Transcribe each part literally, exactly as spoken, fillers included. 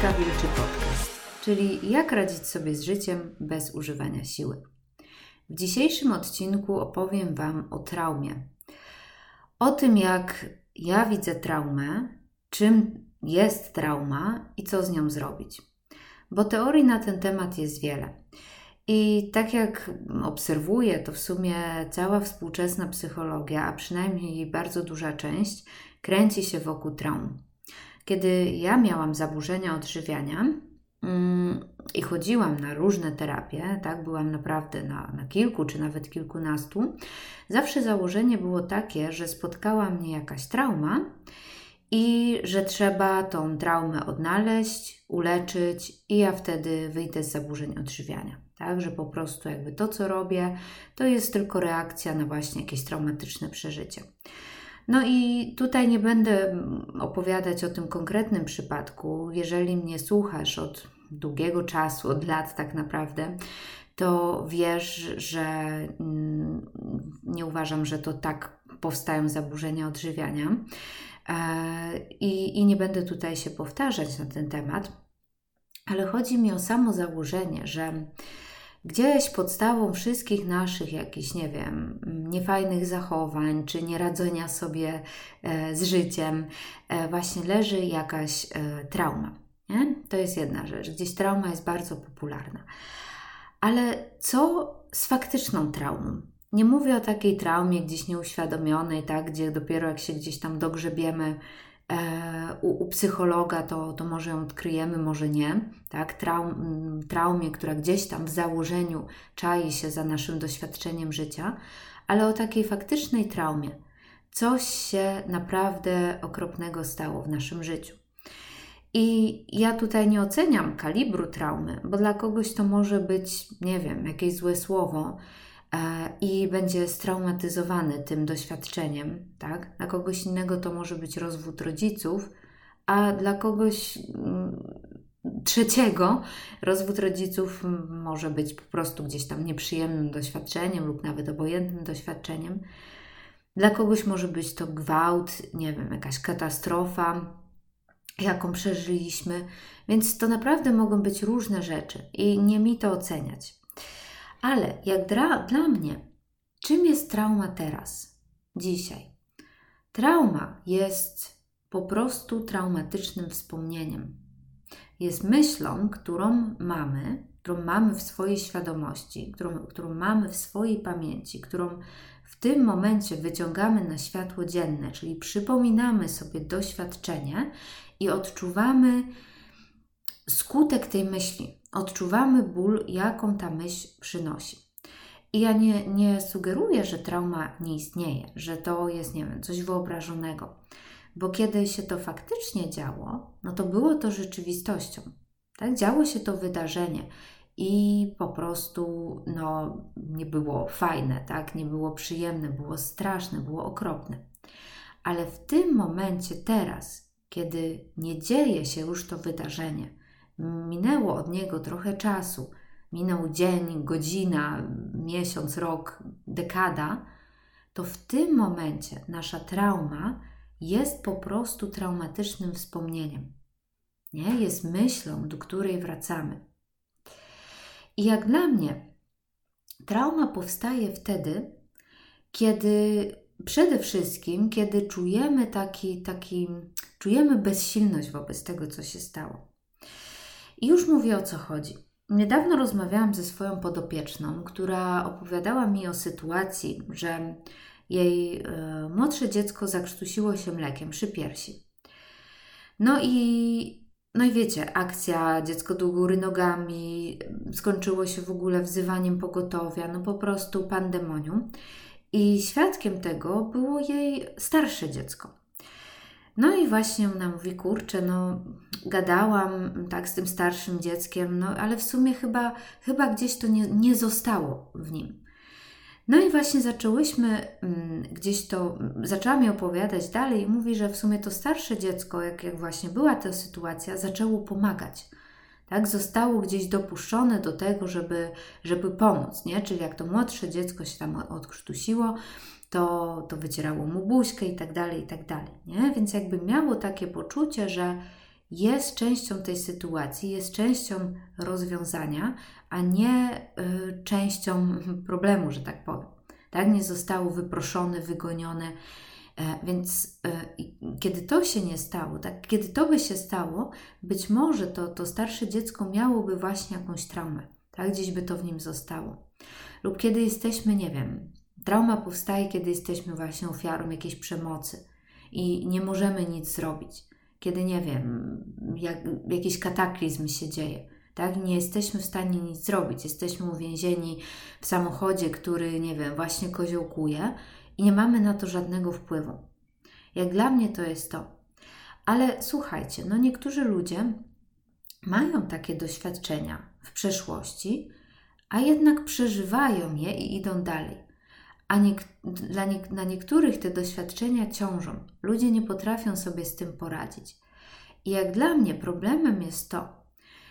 Monika Wilczy Podcast, czyli jak radzić sobie z życiem bez używania siły. W dzisiejszym odcinku opowiem Wam o traumie. O tym, jak ja widzę traumę, czym jest trauma i co z nią zrobić. Bo teorii na ten temat jest wiele. I tak jak obserwuję, to w sumie cała współczesna psychologia, a przynajmniej jej bardzo duża część, kręci się wokół traum. Kiedy ja miałam zaburzenia odżywiania mm, i chodziłam na różne terapie, tak, byłam naprawdę na, na kilku czy nawet kilkunastu, zawsze założenie było takie, że spotkała mnie jakaś trauma i że trzeba tą traumę odnaleźć, uleczyć i ja wtedy wyjdę z zaburzeń odżywiania. Tak, że po prostu jakby to, co robię, to jest tylko reakcja na właśnie jakieś traumatyczne przeżycie. No i tutaj nie będę opowiadać o tym konkretnym przypadku. Jeżeli mnie słuchasz od długiego czasu, od lat tak naprawdę, to wiesz, że nie uważam, że to tak powstają zaburzenia odżywiania. I, i nie będę tutaj się powtarzać na ten temat, ale chodzi mi o samo założenie, że gdzieś podstawą wszystkich naszych jakichś, nie wiem, niefajnych zachowań, czy nieradzenia sobie z życiem, właśnie leży jakaś trauma. Nie? To jest jedna rzecz. Gdzieś trauma jest bardzo popularna. Ale co z faktyczną traumą? Nie mówię o takiej traumie gdzieś nieuświadomionej, tak, gdzie dopiero jak się gdzieś tam dogrzebiemy e, u, u psychologa, to, to może ją odkryjemy, może nie. Tak? Traum, traumie, która gdzieś tam w założeniu czai się za naszym doświadczeniem życia, ale o takiej faktycznej traumie. Coś się naprawdę okropnego stało w naszym życiu. I ja tutaj nie oceniam kalibru traumy, bo dla kogoś to może być, nie wiem, jakieś złe słowo, i będzie straumatyzowany tym doświadczeniem, tak? Dla kogoś innego to może być rozwód rodziców, a dla kogoś trzeciego rozwód rodziców może być po prostu gdzieś tam nieprzyjemnym doświadczeniem lub nawet obojętnym doświadczeniem. Dla kogoś może być to gwałt, nie wiem, jakaś katastrofa, jaką przeżyliśmy, więc to naprawdę mogą być różne rzeczy i nie mi to oceniać. Ale jak dla, dla mnie, czym jest trauma teraz, dzisiaj? Trauma jest po prostu traumatycznym wspomnieniem. Jest myślą, którą mamy, którą mamy w swojej świadomości, którą, którą mamy w swojej pamięci, którą w tym momencie wyciągamy na światło dzienne, czyli przypominamy sobie doświadczenie i odczuwamy skutek tej myśli. Odczuwamy ból, jaką ta myśl przynosi. I ja nie, nie sugeruję, że trauma nie istnieje, że to jest, nie wiem, coś wyobrażonego. Bo kiedy się to faktycznie działo, no to było to rzeczywistością. Tak? Działo się to wydarzenie i po prostu no, nie było fajne, tak? Nie było przyjemne, było straszne, było okropne. Ale w tym momencie teraz, kiedy nie dzieje się już to wydarzenie, minęło od niego trochę czasu, minął dzień, godzina, miesiąc, rok, dekada, to w tym momencie nasza trauma jest po prostu traumatycznym wspomnieniem. Nie? Jest myślą, do której wracamy. I jak dla mnie, trauma powstaje wtedy, kiedy przede wszystkim, kiedy czujemy taki, taki, czujemy bezsilność wobec tego, co się stało. I już mówię, o co chodzi. Niedawno rozmawiałam ze swoją podopieczną, która opowiadała mi o sytuacji, że jej y, młodsze dziecko zakrztusiło się mlekiem przy piersi. No i, no i wiecie, akcja, dziecko do góry nogami, skończyło się w ogóle wzywaniem pogotowia, no po prostu pandemonium. I świadkiem tego było jej starsze dziecko. No i właśnie ona mówi, kurczę, no gadałam tak z tym starszym dzieckiem, no ale w sumie chyba, chyba gdzieś to nie, nie zostało w nim. No i właśnie zaczęłyśmy mm, gdzieś to, zaczęła mi opowiadać dalej i mówi, że w sumie to starsze dziecko, jak, jak właśnie była ta sytuacja, zaczęło pomagać. Tak, zostało gdzieś dopuszczone do tego, żeby, żeby pomóc, nie? Czyli jak to młodsze dziecko się tam odkrztusiło, to, to wycierało mu buźkę i tak dalej, i tak dalej, nie? Więc jakby miało takie poczucie, że jest częścią tej sytuacji, jest częścią rozwiązania, a nie y, częścią problemu, że tak powiem. Tak, nie zostało wyproszone, wygonione. E, więc e, kiedy to się nie stało, tak, kiedy to by się stało, być może to, to starsze dziecko miałoby właśnie jakąś traumę, tak, gdzieś by to w nim zostało. Lub kiedy jesteśmy, nie wiem, trauma powstaje, kiedy jesteśmy właśnie ofiarą jakiejś przemocy i nie możemy nic zrobić. Kiedy, nie wiem, jak, jakiś kataklizm się dzieje, tak? Nie jesteśmy w stanie nic zrobić. Jesteśmy uwięzieni w samochodzie, który, nie wiem, właśnie koziołkuje i nie mamy na to żadnego wpływu. Jak dla mnie to jest to. Ale słuchajcie, no niektórzy ludzie mają takie doświadczenia w przeszłości, a jednak przeżywają je i idą dalej. A nie, dla nie, na niektórych te doświadczenia ciążą. Ludzie nie potrafią sobie z tym poradzić. I jak dla mnie problemem jest to,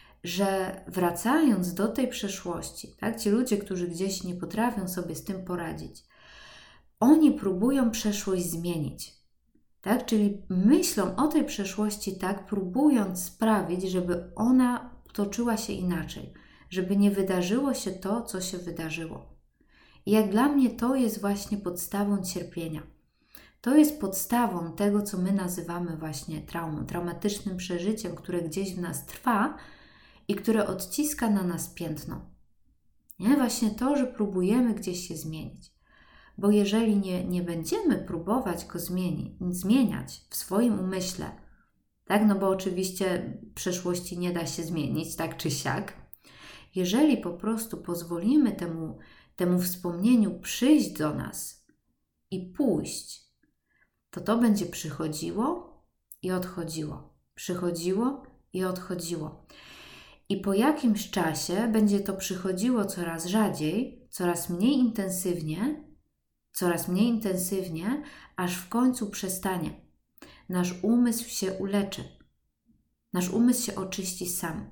że wracając do tej przeszłości, tak, ci ludzie, którzy gdzieś nie potrafią sobie z tym poradzić, oni próbują przeszłość zmienić. Tak? Czyli myślą o tej przeszłości tak, próbując sprawić, żeby ona toczyła się inaczej, żeby nie wydarzyło się to, co się wydarzyło. I jak dla mnie to jest właśnie podstawą cierpienia. To jest podstawą tego, co my nazywamy właśnie traumą, traumatycznym przeżyciem, które gdzieś w nas trwa i które odciska na nas piętno. Nie? Właśnie to, że próbujemy gdzieś się zmienić. Bo jeżeli nie, nie będziemy próbować go zmieni, zmieniać w swoim umyśle, tak? No bo oczywiście przeszłości nie da się zmienić, tak czy siak. Jeżeli po prostu pozwolimy temu, temu wspomnieniu przyjść do nas i pójść, to to będzie przychodziło i odchodziło. Przychodziło i odchodziło. I po jakimś czasie będzie to przychodziło coraz rzadziej, coraz mniej intensywnie, coraz mniej intensywnie, aż w końcu przestanie. Nasz umysł się uleczy. Nasz umysł się oczyści sam.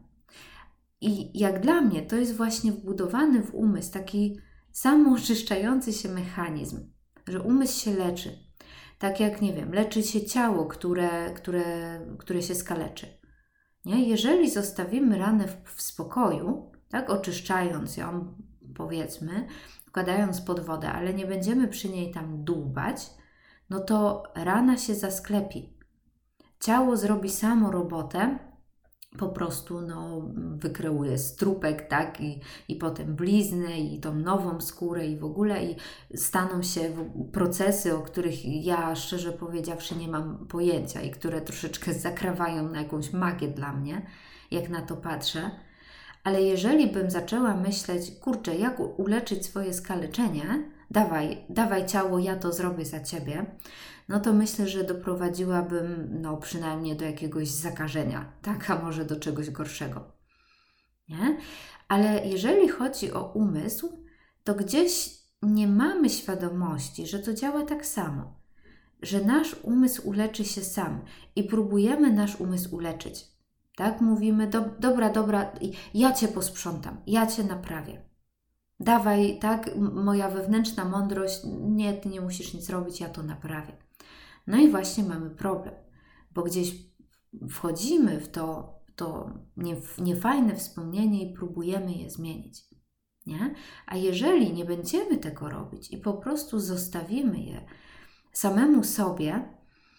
I jak dla mnie to jest właśnie wbudowany w umysł taki samooczyszczający się mechanizm, że umysł się leczy. Tak jak, nie wiem, leczy się ciało, które, które, które się skaleczy. Nie? Jeżeli zostawimy ranę w, w spokoju, tak, oczyszczając ją, powiedzmy, wkładając pod wodę, ale nie będziemy przy niej tam dłubać, no to rana się zasklepi. Ciało zrobi samo robotę, po prostu no, wykreuje strupek, tak, i, i potem bliznę i tą nową skórę i w ogóle i staną się procesy, o których ja szczerze powiedziawszy nie mam pojęcia i które troszeczkę zakrawają na jakąś magię dla mnie, jak na to patrzę. Ale jeżeli bym zaczęła myśleć, kurczę, jak uleczyć swoje skaleczenie, dawaj, dawaj ciało, ja to zrobię za Ciebie, no to myślę, że doprowadziłabym no przynajmniej do jakiegoś zakażenia, tak, a może do czegoś gorszego. Nie? Ale jeżeli chodzi o umysł, to gdzieś nie mamy świadomości, że to działa tak samo, że nasz umysł uleczy się sam i próbujemy nasz umysł uleczyć. Tak, mówimy, do, dobra, dobra, ja Cię posprzątam, ja Cię naprawię. Dawaj, tak, moja wewnętrzna mądrość, nie, Ty nie musisz nic robić, ja to naprawię. No i właśnie mamy problem, bo gdzieś wchodzimy w to, to niefajne wspomnienie i próbujemy je zmienić. Nie? A jeżeli nie będziemy tego robić i po prostu zostawimy je samemu sobie,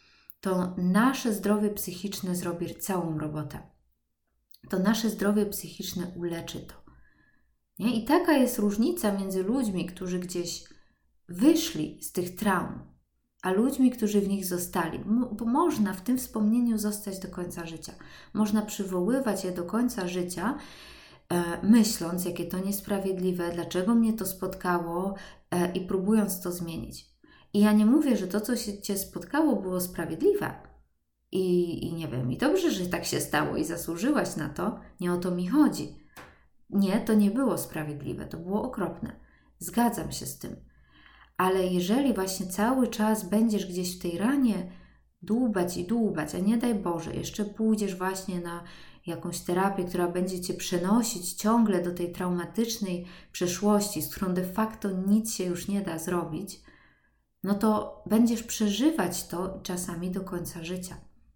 to nasze zdrowie psychiczne zrobi całą robotę. To nasze zdrowie psychiczne uleczy to. Nie? I taka jest różnica między ludźmi, którzy gdzieś wyszli z tych traum, a ludźmi, którzy w nich zostali. Bo można w tym wspomnieniu zostać do końca życia. Można przywoływać je do końca życia, e, myśląc, jakie to niesprawiedliwe, dlaczego mnie to spotkało e, i próbując to zmienić. I ja nie mówię, że to, co się Cię spotkało, było sprawiedliwe. I, I nie wiem, i dobrze, że tak się stało i zasłużyłaś na to. Nie o to mi chodzi. Nie, to nie było sprawiedliwe, to było okropne. Zgadzam się z tym. Ale jeżeli właśnie cały czas będziesz gdzieś w tej ranie dłubać i dłubać, a nie daj Boże, jeszcze pójdziesz właśnie na jakąś terapię, która będzie Cię przenosić ciągle do tej traumatycznej przeszłości, z którą de facto nic się już nie da zrobić, no to będziesz przeżywać to czasami do końca życia.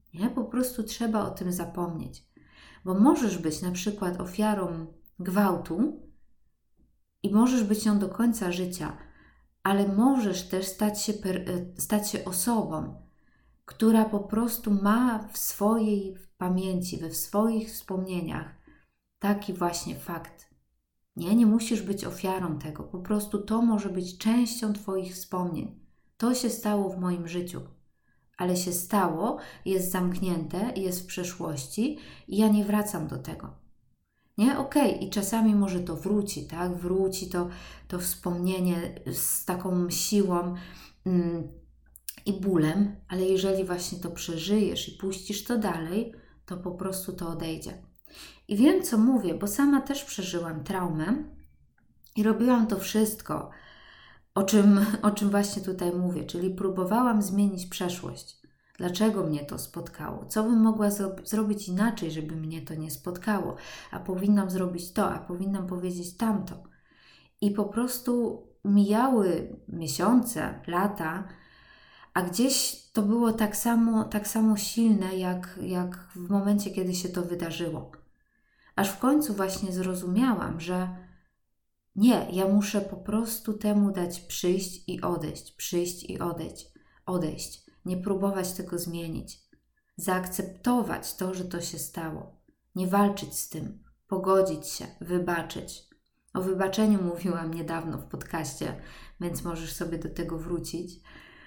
Nie? Po prostu trzeba o tym zapomnieć. Bo możesz być na przykład ofiarą gwałtu i możesz być nią do końca życia, ale możesz też stać się, stać się osobą, która po prostu ma w swojej pamięci, we w swoich wspomnieniach taki właśnie fakt. Nie, nie musisz być ofiarą tego, po prostu to może być częścią Twoich wspomnień. To się stało w moim życiu, ale się stało, jest zamknięte, jest w przeszłości i ja nie wracam do tego. Nie? Okej, okay. I czasami może to wróci, tak? Wróci to, to wspomnienie z taką siłą mm, i bólem, ale jeżeli właśnie to przeżyjesz i puścisz to dalej, to po prostu to odejdzie. I wiem, co mówię, bo sama też przeżyłam traumę i robiłam to wszystko, o czym, o czym właśnie tutaj mówię, czyli próbowałam zmienić przeszłość. Dlaczego mnie to spotkało? Co bym mogła zro- zrobić inaczej, żeby mnie to nie spotkało? A powinnam zrobić to, a powinnam powiedzieć tamto. I po prostu mijały miesiące, lata, a gdzieś to było tak samo, tak samo silne, jak, jak w momencie, kiedy się to wydarzyło. Aż w końcu właśnie zrozumiałam, że nie, ja muszę po prostu temu dać przyjść i odejść, przyjść i odejść, odejść. Nie próbować tego zmienić. Zaakceptować to, że to się stało. Nie walczyć z tym. Pogodzić się, wybaczyć. O wybaczeniu mówiłam niedawno w podcaście, więc możesz sobie do tego wrócić.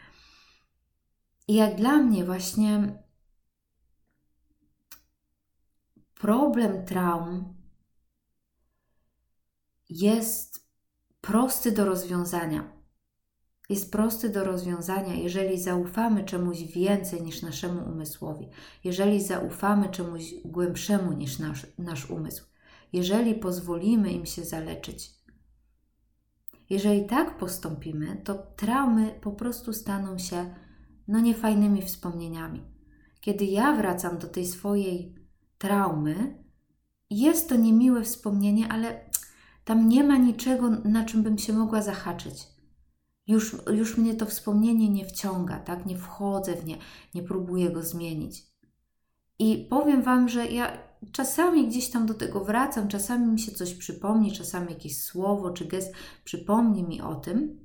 I jak dla mnie właśnie problem traum jest prosty do rozwiązania. Jest prosty do rozwiązania, jeżeli zaufamy czemuś więcej niż naszemu umysłowi, jeżeli zaufamy czemuś głębszemu niż nasz, nasz umysł, jeżeli pozwolimy im się zaleczyć. Jeżeli tak postąpimy, to traumy po prostu staną się no niefajnymi wspomnieniami. Kiedy ja wracam do tej swojej traumy, jest to niemiłe wspomnienie, ale tam nie ma niczego, na czym bym się mogła zahaczyć. Już, już mnie to wspomnienie nie wciąga, tak? Nie wchodzę w nie, nie próbuję go zmienić. I powiem Wam, że ja czasami gdzieś tam do tego wracam, czasami mi się coś przypomni, czasami jakieś słowo czy gest przypomni mi o tym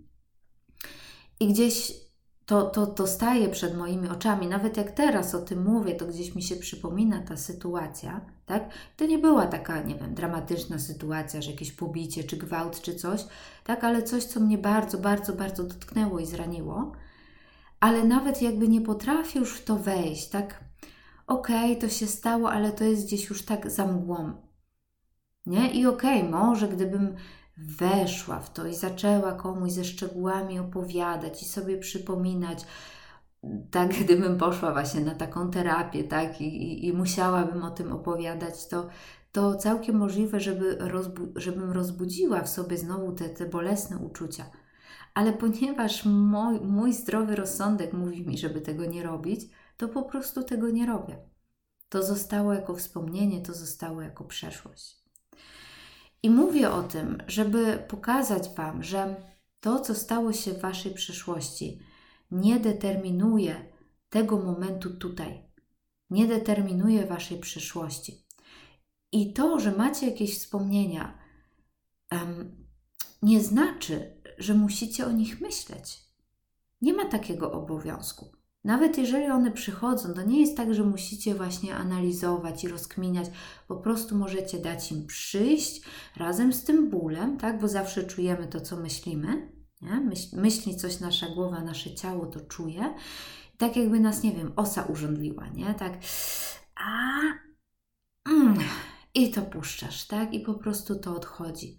i gdzieś to, to, to staje przed moimi oczami. Nawet jak teraz o tym mówię, to gdzieś mi się przypomina ta sytuacja, tak? To nie była taka, nie wiem, dramatyczna sytuacja, że jakieś pobicie, czy gwałt, czy coś, tak? Ale coś, co mnie bardzo, bardzo, bardzo dotknęło i zraniło. Ale nawet jakby nie potrafię już w to wejść, tak? Okej, okay, to się stało, ale to jest gdzieś już tak za mgłą. Nie? I okej, okay, może gdybym weszła w to i zaczęła komuś ze szczegółami opowiadać i sobie przypominać, tak gdybym poszła właśnie na taką terapię, tak, i, i, i musiałabym o tym opowiadać, to, to całkiem możliwe, żeby rozbu- żebym rozbudziła w sobie znowu te, te bolesne uczucia. Ale ponieważ mój, mój zdrowy rozsądek mówi mi, żeby tego nie robić, to po prostu tego nie robię. To zostało jako wspomnienie, to zostało jako przeszłość. I mówię o tym, żeby pokazać Wam, że to, co stało się w Waszej przeszłości, nie determinuje tego momentu tutaj. Nie determinuje Waszej przyszłości. I to, że macie jakieś wspomnienia, um, nie znaczy, że musicie o nich myśleć. Nie ma takiego obowiązku. Nawet jeżeli one przychodzą, to nie jest tak, że musicie właśnie analizować i rozkminiać. Po prostu możecie dać im przyjść razem z tym bólem, tak? Bo zawsze czujemy to, co myślimy. Nie? Myśl, myśli coś nasza głowa, nasze ciało to czuje. Tak jakby nas, nie wiem, osa urządliła, nie? Tak. A, mm, i to puszczasz, tak? I po prostu to odchodzi.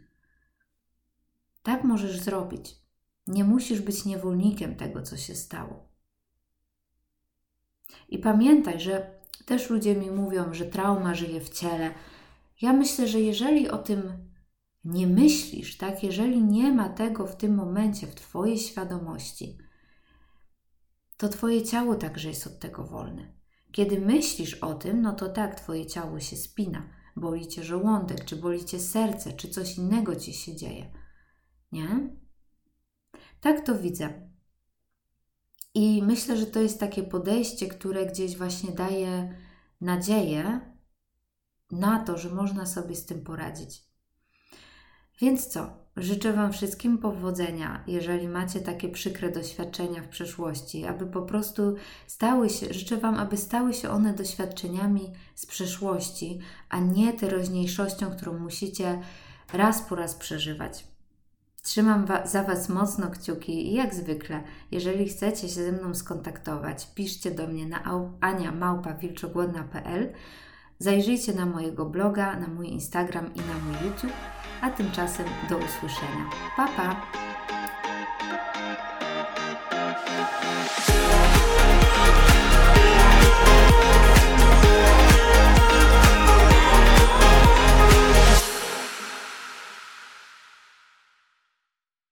Tak możesz zrobić. Nie musisz być niewolnikiem tego, co się stało. I pamiętaj, że też ludzie mi mówią, że trauma żyje w ciele. Ja myślę, że jeżeli o tym nie myślisz, tak, jeżeli nie ma tego w tym momencie w Twojej świadomości, to Twoje ciało także jest od tego wolne. Kiedy myślisz o tym, no to tak, Twoje ciało się spina, boli Cię żołądek, czy boli Cię serce, czy coś innego Ci się dzieje. Nie? Tak to widzę. I myślę, że to jest takie podejście, które gdzieś właśnie daje nadzieję na to, że można sobie z tym poradzić. Więc co? Życzę Wam wszystkim powodzenia, jeżeli macie takie przykre doświadczenia w przeszłości, aby po prostu stały się, życzę Wam, aby stały się one doświadczeniami z przeszłości, a nie teraźniejszością, którą musicie raz po raz przeżywać. Trzymam wa- za Was mocno kciuki i jak zwykle, jeżeli chcecie się ze mną skontaktować, piszcie do mnie na ania małpa wilczogłodna kropka p l. Zajrzyjcie na mojego bloga, na mój Instagram i na mój YouTube, a tymczasem do usłyszenia. Pa, pa!